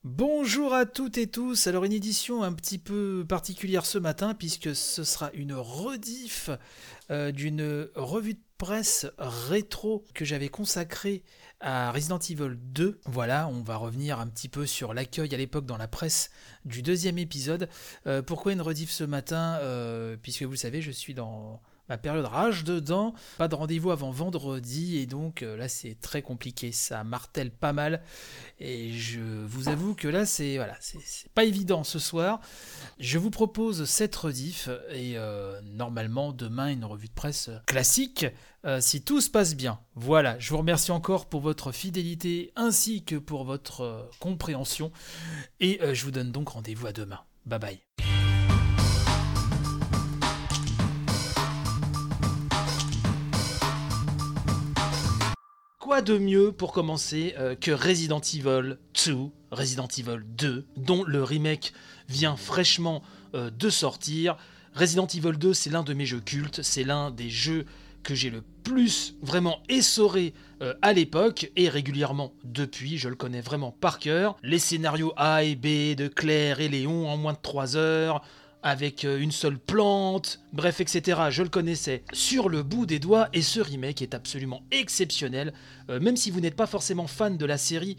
Bonjour à toutes et tous, alors une édition un petit peu particulière ce matin puisque ce sera une rediff d'une revue de presse rétro que j'avais consacrée à Resident Evil 2. Voilà, on va revenir un petit peu sur l'accueil à l'époque dans la presse du deuxième épisode. Pourquoi une rediff ce matin puisque vous le savez, je suis dans ma période rage dedans, pas de rendez-vous avant vendredi et donc là c'est très compliqué, ça martèle pas mal. Et je vous avoue que là, c'est pas évident ce soir. Je vous propose cette rediff et normalement demain une revue de presse classique si tout se passe bien. Voilà, je vous remercie encore pour votre fidélité ainsi que pour votre compréhension et je vous donne donc rendez-vous à demain. Bye bye. Quoi de mieux pour commencer que Resident Evil 2, Resident Evil 2, dont le remake vient fraîchement de sortir. Resident Evil 2, c'est l'un de mes jeux cultes, c'est l'un des jeux que j'ai le plus vraiment essoré à l'époque et régulièrement depuis, je le connais vraiment par cœur. Les scénarios A et B de Claire et Léon en moins de 3 heures, avec une seule plante, bref, etc. Je le connaissais sur le bout des doigts et ce remake est absolument exceptionnel. Même si vous n'êtes pas forcément fan de la série,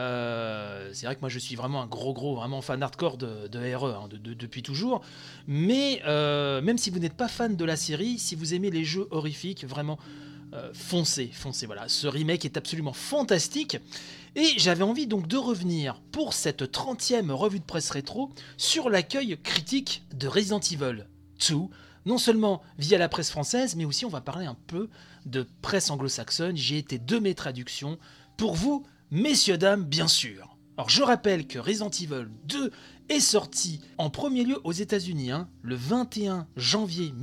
c'est vrai que moi je suis vraiment un vraiment fan hardcore de RE depuis toujours. Mais même si vous n'êtes pas fan de la série, si vous aimez les jeux horrifiques, vraiment foncez, voilà. Ce remake est absolument fantastique. Et j'avais envie donc de revenir pour cette 30e revue de presse rétro sur l'accueil critique de Resident Evil 2, non seulement via la presse française, mais aussi on va parler un peu de presse anglo-saxonne. J'ai été de mes traductions pour vous, messieurs, dames, bien sûr. Alors je rappelle que Resident Evil 2 est sorti en premier lieu aux États-Unis le 21 janvier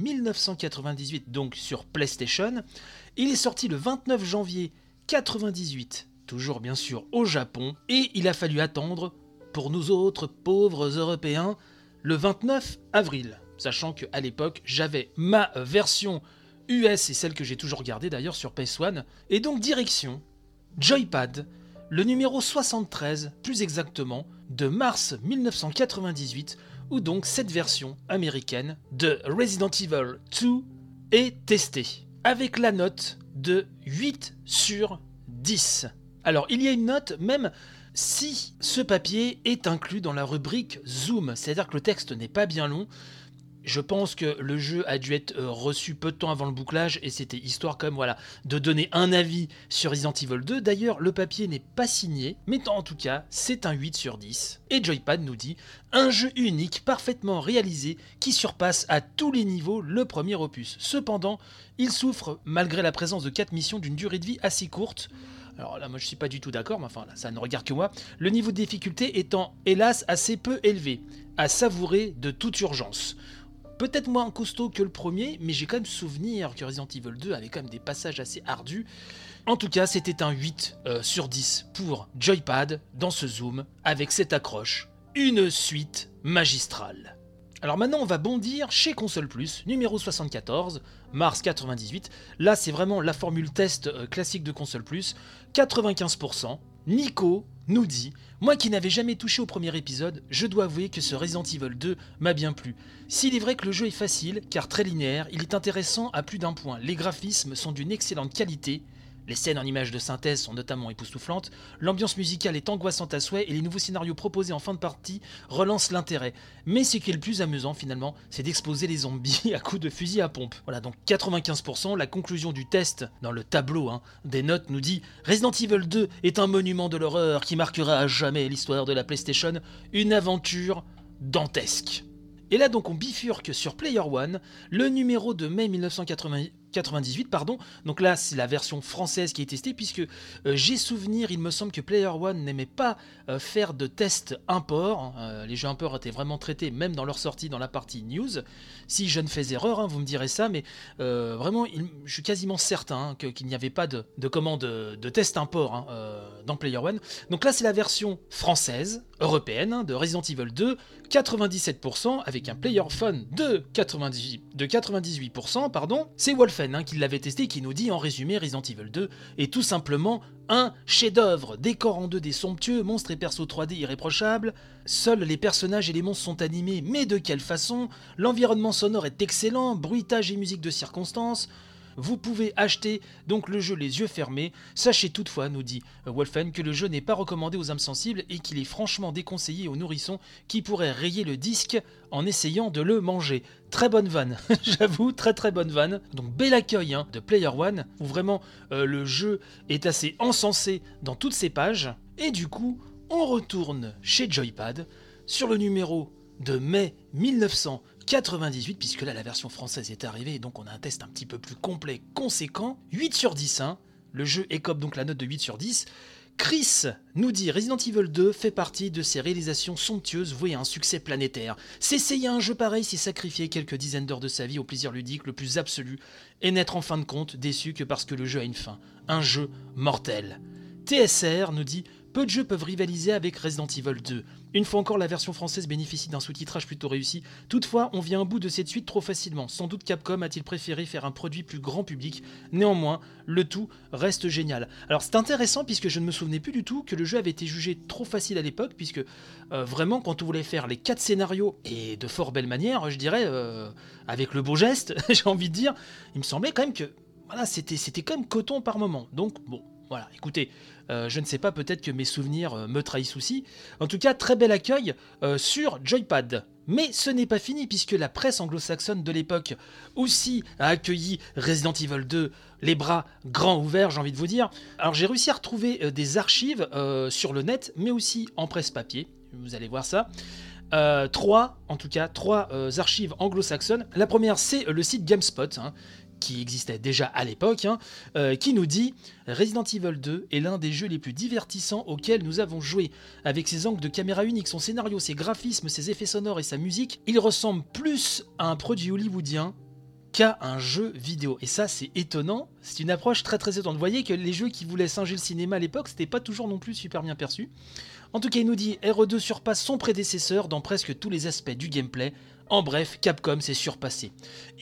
1998, donc sur PlayStation. Il est sorti le 29 janvier 1998, toujours bien sûr au Japon, et il a fallu attendre, pour nous autres pauvres Européens, le 29 avril, sachant qu'à l'époque j'avais ma version US et celle que j'ai toujours gardée d'ailleurs sur PS1, et donc direction Joypad, le numéro 73 plus exactement, de mars 1998, où donc cette version américaine de Resident Evil 2 est testée, avec la note de 8 sur 10. Alors, il y a une note, même si ce papier est inclus dans la rubrique Zoom, c'est-à-dire que le texte n'est pas bien long. Je pense que le jeu a dû être reçu peu de temps avant le bouclage et c'était histoire quand même de donner un avis sur Resident Evil 2. D'ailleurs, le papier n'est pas signé, mais en tout cas, c'est un 8 sur 10. Et Joypad nous dit un jeu unique, parfaitement réalisé, qui surpasse à tous les niveaux le premier opus. Cependant, il souffre, malgré la présence de 4 missions d'une durée de vie assez courte. Alors là, moi je suis pas du tout d'accord, mais enfin là, ça ne regarde que moi. Le niveau de difficulté étant hélas assez peu élevé, à savourer de toute urgence. Peut-être moins costaud que le premier, mais j'ai quand même souvenir que Resident Evil 2 avait quand même des passages assez ardus. En tout cas, c'était un 8 sur 10 pour Joypad dans ce zoom, avec cette accroche. Une suite magistrale. Alors maintenant, on va bondir chez Console Plus, numéro 74, mars 98. Là, c'est vraiment la formule test classique de Console Plus. 95%. Nico nous dit « Moi qui n'avais jamais touché au premier épisode, je dois avouer que ce Resident Evil 2 m'a bien plu. S'il est vrai que le jeu est facile, car très linéaire, il est intéressant à plus d'un point. Les graphismes sont d'une excellente qualité. » Les scènes en images de synthèse sont notamment époustouflantes, l'ambiance musicale est angoissante à souhait et les nouveaux scénarios proposés en fin de partie relancent l'intérêt. Mais ce qui est le plus amusant finalement, c'est d'exploser les zombies à coups de fusil à pompe. Voilà, donc 95%, la conclusion du test dans le tableau des notes nous dit « Resident Evil 2 est un monument de l'horreur qui marquera à jamais l'histoire de la PlayStation, une aventure dantesque. » Et là donc on bifurque sur Player One, le numéro de mai 1998, donc là c'est la version française qui est testée, puisque j'ai souvenir, il me semble que Player One n'aimait pas faire de tests import, les jeux import étaient vraiment traités même dans leur sortie dans la partie news, si je ne fais erreur, vous me direz ça, mais vraiment je suis quasiment certain qu'il n'y avait pas de commande de test import dans Player One. Donc là c'est la version française, européenne de Resident Evil 2, 97% avec un player phone de 98%, pardon. C'est Wolfen qui l'avait testé, qui nous dit en résumé Resident Evil 2 est tout simplement un chef-d'œuvre, décor en 2D somptueux, monstres et persos 3D irréprochables, seuls les personnages et les monstres sont animés, mais de quelle façon? L'environnement sonore est excellent, bruitage et musique de circonstance. Vous pouvez acheter donc le jeu les yeux fermés. Sachez toutefois, nous dit Wolfen, que le jeu n'est pas recommandé aux âmes sensibles et qu'il est franchement déconseillé aux nourrissons qui pourraient rayer le disque en essayant de le manger. Très bonne vanne, j'avoue, très bonne vanne. Donc bel accueil de Player One, où vraiment le jeu est assez encensé dans toutes ses pages. Et du coup, on retourne chez Joypad sur le numéro de mai 1998, puisque là la version française est arrivée, et donc on a un test un petit peu plus complet, conséquent. 8 sur 10, le jeu écope donc la note de 8 sur 10. Chris nous dit Resident Evil 2 fait partie de ces réalisations somptueuses vouées à un succès planétaire. S'essayer à un jeu pareil, c'est sacrifier quelques dizaines d'heures de sa vie au plaisir ludique le plus absolu, et n'être en fin de compte déçu que parce que le jeu a une fin. Un jeu mortel. TSR nous dit peu de jeux peuvent rivaliser avec Resident Evil 2. Une fois encore, la version française bénéficie d'un sous-titrage plutôt réussi. Toutefois, on vient au bout de cette suite trop facilement. Sans doute Capcom a-t-il préféré faire un produit plus grand public. Néanmoins, le tout reste génial. Alors c'est intéressant puisque je ne me souvenais plus du tout que le jeu avait été jugé trop facile à l'époque, puisque vraiment quand on voulait faire les 4 scénarios, et de fort belle manière, je dirais, avec le beau geste, j'ai envie de dire, il me semblait quand même que voilà, c'était quand même coton par moment. Donc bon, voilà, écoutez, je ne sais pas, peut-être que mes souvenirs me trahissent aussi. En tout cas, très bel accueil sur Joypad. Mais ce n'est pas fini, puisque la presse anglo-saxonne de l'époque aussi a accueilli Resident Evil 2, les bras grands ouverts, j'ai envie de vous dire. Alors j'ai réussi à retrouver des archives sur le net, mais aussi en presse papier, vous allez voir ça. Trois archives anglo-saxonnes. La première, c'est le site GameSpot, qui existait déjà à l'époque, qui nous dit « Resident Evil 2 est l'un des jeux les plus divertissants auxquels nous avons joué. Avec ses angles de caméra uniques, son scénario, ses graphismes, ses effets sonores et sa musique, il ressemble plus à un produit hollywoodien qu'à un jeu vidéo. » Et ça, c'est étonnant. C'est une approche très étonnante. Vous voyez que les jeux qui voulaient singer le cinéma à l'époque, c'était pas toujours non plus super bien perçu. En tout cas, il nous dit « RE2 surpasse son prédécesseur dans presque tous les aspects du gameplay. En bref, Capcom s'est surpassé. »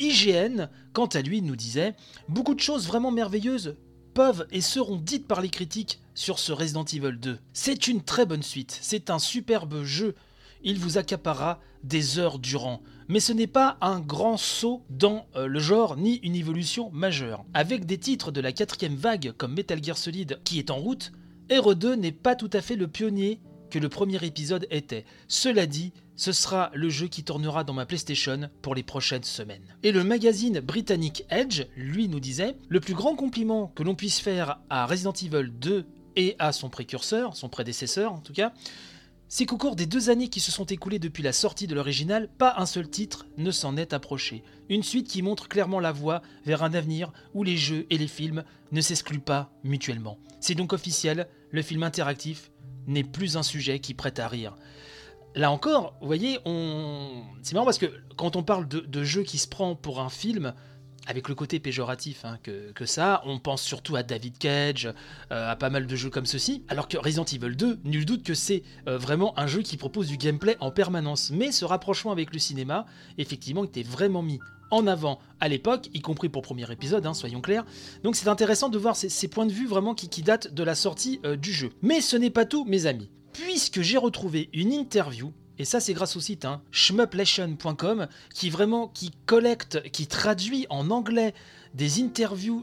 IGN, quant à lui, nous disait « Beaucoup de choses vraiment merveilleuses peuvent et seront dites par les critiques sur ce Resident Evil 2. C'est une très bonne suite, c'est un superbe jeu. Il vous accaparera des heures durant. Mais ce n'est pas un grand saut dans le genre, ni une évolution majeure. Avec des titres de la 4e vague comme Metal Gear Solid qui est en route, RE2 n'est pas tout à fait le pionnier que le premier épisode était. Cela dit, ce sera le jeu qui tournera dans ma PlayStation pour les prochaines semaines. Et le magazine britannique Edge, lui, nous disait « Le plus grand compliment que l'on puisse faire à Resident Evil 2 et à son précurseur, son prédécesseur en tout cas, c'est qu'au cours des 2 années qui se sont écoulées depuis la sortie de l'original, pas un seul titre ne s'en est approché. Une suite qui montre clairement la voie vers un avenir où les jeux et les films ne s'excluent pas mutuellement. C'est donc officiel, le film interactif n'est plus un sujet qui prête à rire. » Là encore, vous voyez, c'est marrant parce que quand on parle de jeu qui se prend pour un film, avec le côté péjoratif que ça, on pense surtout à David Cage, à pas mal de jeux comme ceci, alors que Resident Evil 2, nul doute que c'est vraiment un jeu qui propose du gameplay en permanence. Mais ce rapprochement avec le cinéma, effectivement, était vraiment mis en avant à l'époque, y compris pour le premier épisode, soyons clairs. Donc c'est intéressant de voir ces points de vue vraiment qui datent de la sortie du jeu. Mais ce n'est pas tout, mes amis. Puisque j'ai retrouvé une interview, et ça c'est grâce au site shmuplation.com, qui collecte, qui traduit en anglais des interviews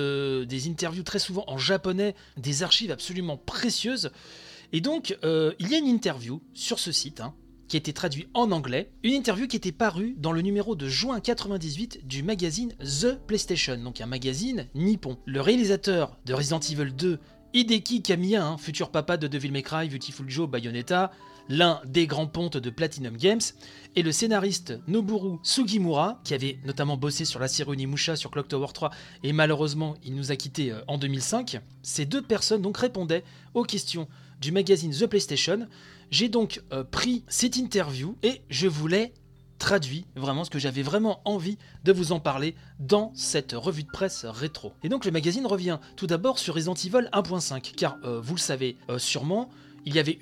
très souvent en japonais, des archives absolument précieuses. Et donc il y a une interview sur ce site, qui a été traduite en anglais, une interview qui était parue dans le numéro de juin 98 du magazine The PlayStation, donc un magazine nippon. Le réalisateur de Resident Evil 2, Hideki Kamiya, futur papa de Devil May Cry, Beautiful Joe, Bayonetta, l'un des grands pontes de Platinum Games, et le scénariste Noboru Sugimura, qui avait notamment bossé sur la série Onimusha, sur Clock Tower 3, et malheureusement il nous a quittés en 2005. Ces 2 personnes donc répondaient aux questions du magazine The PlayStation. J'ai donc pris cette interview et je vous l'ai traduit, vraiment, ce que j'avais vraiment envie de vous en parler dans cette revue de presse rétro. Et donc le magazine revient tout d'abord sur Resident Evil 1.5, car vous le savez sûrement, il y avait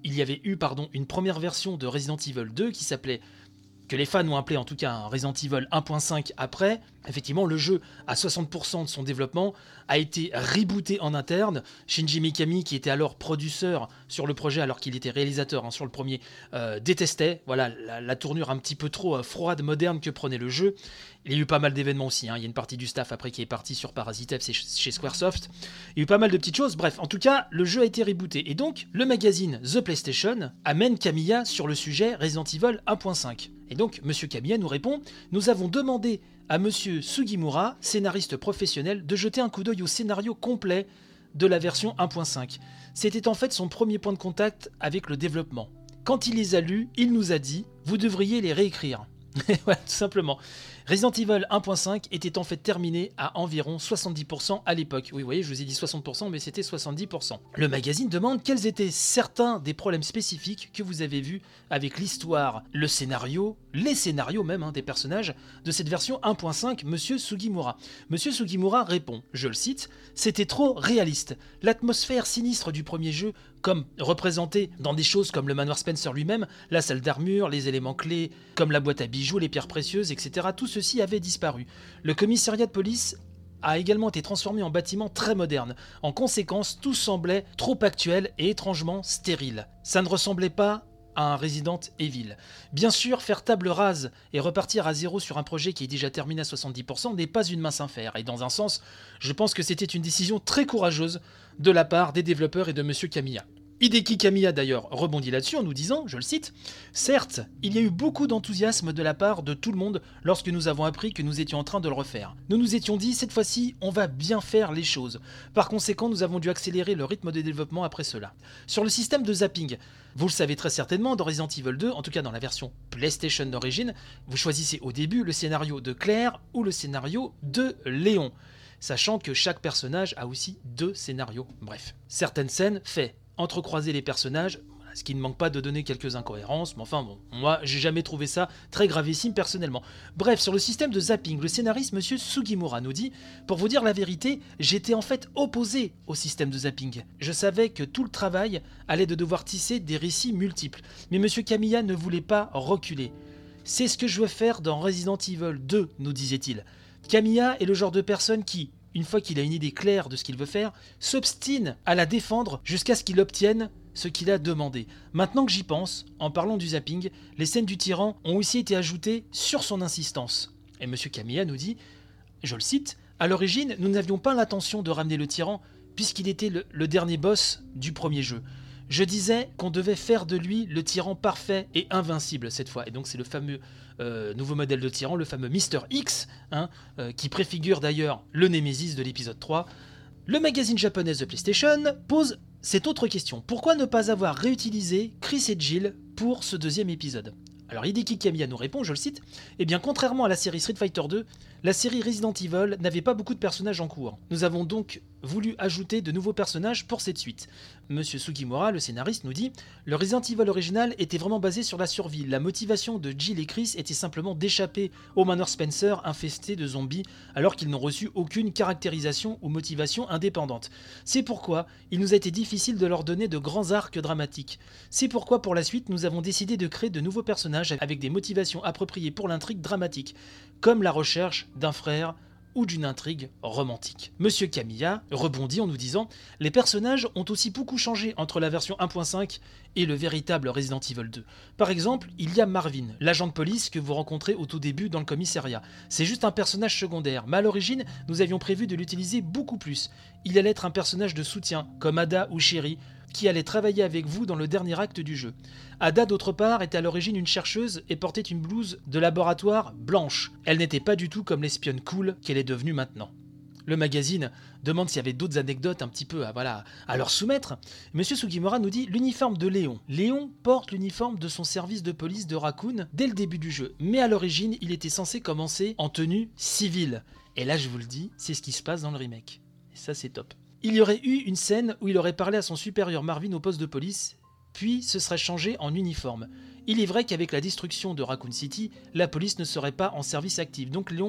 il y avait eu une première version de Resident Evil 2 qui s'appelait, que les fans ont appelé en tout cas un Resident Evil 1.5 après. Effectivement, le jeu, à 60% de son développement, a été rebooté en interne. Shinji Mikami, qui était alors producteur sur le projet, alors qu'il était réalisateur sur le premier, détestait la tournure un petit peu trop froide, moderne que prenait le jeu. Il y a eu pas mal d'événements aussi. Il y a une partie du staff après qui est partie sur Parasite F chez Squaresoft. Il y a eu pas mal de petites choses. Bref, en tout cas, le jeu a été rebooté. Et donc, le magazine The PlayStation amène Kamiya sur le sujet Resident Evil 1.5. Et donc, Monsieur Kamiya nous répond « Nous avons demandé à Monsieur Sugimura, scénariste professionnel, de jeter un coup d'œil au scénario complet de la version 1.5. C'était en fait son premier point de contact avec le développement. Quand il les a lus, il nous a dit « Vous devriez les réécrire ». Voilà, tout simplement. Resident Evil 1.5 était en fait terminé à environ 70% à l'époque. Oui, vous voyez, je vous ai dit 60%, mais c'était 70%. Le magazine demande quels étaient certains des problèmes spécifiques que vous avez vus avec l'histoire, le scénario, les scénarios même des personnages de cette version 1.5, Monsieur Sugimura. Monsieur Sugimura répond, je le cite, « C'était trop réaliste. L'atmosphère sinistre du premier jeu, comme représenté dans des choses comme le manoir Spencer lui-même, la salle d'armure, les éléments clés, comme la boîte à bijoux, les pierres précieuses, etc. Tout ceci avait disparu. Le commissariat de police a également été transformé en bâtiment très moderne. En conséquence, tout semblait trop actuel et étrangement stérile. Ça ne ressemblait pas à un Resident Evil. Bien sûr, faire table rase et repartir à zéro sur un projet qui est déjà terminé à 70% n'est pas une mince affaire. Et dans un sens, je pense que c'était une décision très courageuse de la part des développeurs et de Monsieur Kamiya. Hideki Kamiya d'ailleurs rebondit là-dessus en nous disant, je le cite, « Certes, il y a eu beaucoup d'enthousiasme de la part de tout le monde lorsque nous avons appris que nous étions en train de le refaire. Nous nous étions dit, cette fois-ci, on va bien faire les choses. Par conséquent, nous avons dû accélérer le rythme de développement après cela. Sur le système de zapping, vous le savez très certainement, dans Resident Evil 2, en tout cas dans la version PlayStation d'origine, vous choisissez au début le scénario de Claire ou le scénario de Léon, sachant que chaque personnage a aussi 2 scénarios. Bref, certaines scènes fait entrecroiser les personnages, ce qui ne manque pas de donner quelques incohérences, mais enfin bon, moi j'ai jamais trouvé ça très gravissime personnellement. Bref, sur le système de zapping, le scénariste Monsieur Sugimura nous dit « Pour vous dire la vérité, j'étais en fait opposé au système de zapping. Je savais que tout le travail allait de devoir tisser des récits multiples, mais Monsieur Kamiya ne voulait pas reculer. C'est ce que je veux faire dans Resident Evil 2, nous disait-il. Kamiya est le genre de personne qui, une fois qu'il a une idée claire de ce qu'il veut faire, s'obstine à la défendre jusqu'à ce qu'il obtienne ce qu'il a demandé. Maintenant que j'y pense, en parlant du zapping, les scènes du tyran ont aussi été ajoutées sur son insistance. » Et M. Kamiya nous dit, je le cite, « À l'origine, nous n'avions pas l'intention de ramener le tyran, puisqu'il était le dernier boss du premier jeu. Je disais qu'on devait faire de lui le tyran parfait et invincible cette fois. » Et donc c'est le fameux nouveau modèle de tyran, le fameux Mr. X, qui préfigure d'ailleurs le Némésis de l'épisode 3. Le magazine japonais The PlayStation pose cette autre question. Pourquoi ne pas avoir réutilisé Chris et Jill pour ce deuxième épisode ? Alors Hideki Kamiya nous répond, je le cite, « Eh bien contrairement à la série Street Fighter 2, la série Resident Evil n'avait pas beaucoup de personnages en cours. Nous avons donc voulu ajouter de nouveaux personnages pour cette suite. » Monsieur Sugimura, le scénariste, nous dit « Le Resident Evil original était vraiment basé sur la survie. La motivation de Jill et Chris était simplement d'échapper au manoir Spencer infesté de zombies alors qu'ils n'ont reçu aucune caractérisation ou motivation indépendante. C'est pourquoi il nous a été difficile de leur donner de grands arcs dramatiques. C'est pourquoi pour la suite nous avons décidé de créer de nouveaux personnages avec des motivations appropriées pour l'intrigue dramatique, comme la recherche d'un frère ou d'une intrigue romantique. » Monsieur Kamiya rebondit en nous disant « Les personnages ont aussi beaucoup changé entre la version 1.5 et le véritable Resident Evil 2. Par exemple, il y a Marvin, l'agent de police que vous rencontrez au tout début dans le commissariat. C'est juste un personnage secondaire, mais à l'origine, nous avions prévu de l'utiliser beaucoup plus. Il allait être un personnage de soutien, comme Ada ou Sherry, qui allait travailler avec vous dans le dernier acte du jeu. Ada, d'autre part, était à l'origine une chercheuse et portait une blouse de laboratoire blanche. Elle n'était pas du tout comme l'espionne cool qu'elle est devenue maintenant. » Le magazine demande s'il y avait d'autres anecdotes un petit peu à leur soumettre. Monsieur Sugimura nous dit l'uniforme de Léon. Léon porte l'uniforme de son service de police de Raccoon dès le début du jeu, mais à l'origine, il était censé commencer en tenue civile. Et là, je vous le dis, c'est ce qui se passe dans le remake. Et ça, c'est top. Il y aurait eu une scène où il aurait parlé à son supérieur Marvin au poste de police, puis ce serait changé en uniforme. Il est vrai qu'avec la destruction de Raccoon City, la police ne serait pas en service actif, donc Léon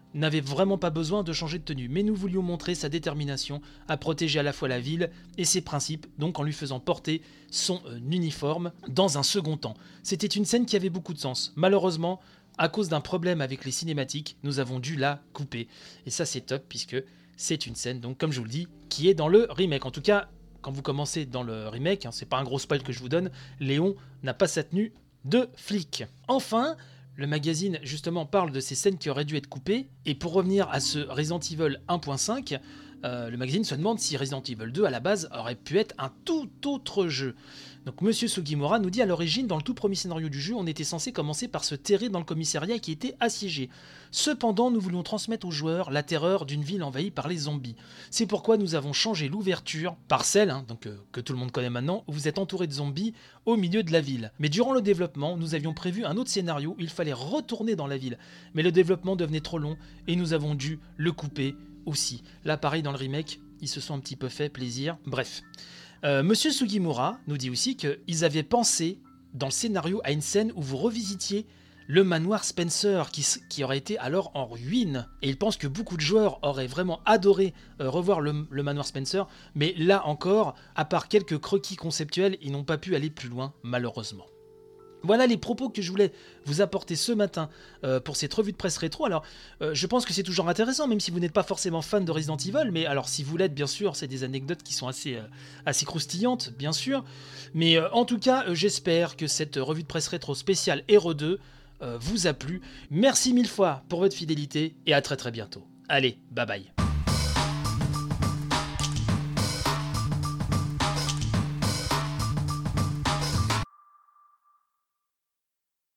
n'avait vraiment pas besoin de changer de tenue, mais nous voulions montrer sa détermination à protéger à la fois la ville et ses principes, donc en lui faisant porter son uniforme dans un second temps. C'était une scène qui avait beaucoup de sens. Malheureusement, à cause d'un problème avec les cinématiques, nous avons dû la couper. Et ça c'est top puisque c'est une scène, donc comme je vous le dis, qui est dans le remake. En tout cas, quand vous commencez dans le remake, c'est pas un gros spoil que je vous donne, Léon n'a pas sa tenue de flic. Enfin, le magazine justement parle de ces scènes qui auraient dû être coupées, et pour revenir à ce Resident Evil 1.5, le magazine se demande si Resident Evil 2 à la base aurait pu être un tout autre jeu. Donc Monsieur Sugimura nous dit à l'origine, dans le tout premier scénario du jeu, on était censé commencer par se terrer dans le commissariat qui était assiégé. Cependant, nous voulions transmettre aux joueurs la terreur d'une ville envahie par les zombies. C'est pourquoi nous avons changé l'ouverture par celle, que tout le monde connaît maintenant, où vous êtes entouré de zombies au milieu de la ville. Mais durant le développement, nous avions prévu un autre scénario où il fallait retourner dans la ville. Mais le développement devenait trop long et nous avons dû le couper aussi. Là, pareil, dans le remake, ils se sont un petit peu fait plaisir. Bref. Monsieur Sugimura nous dit aussi qu'ils avaient pensé dans le scénario à une scène où vous revisitiez le manoir Spencer qui aurait été alors en ruine. Et il pense que beaucoup de joueurs auraient vraiment adoré revoir le manoir Spencer, mais là encore, à part quelques croquis conceptuels, ils n'ont pas pu aller plus loin, malheureusement. Voilà les propos que je voulais vous apporter ce matin pour cette revue de presse rétro. Alors, je pense que c'est toujours intéressant, même si vous n'êtes pas forcément fan de Resident Evil, mais alors si vous l'êtes, bien sûr, c'est des anecdotes qui sont assez croustillantes, bien sûr. Mais en tout cas, j'espère que cette revue de presse rétro spéciale Hero 2 vous a plu. Merci mille fois pour votre fidélité et à très très bientôt. Allez, bye bye.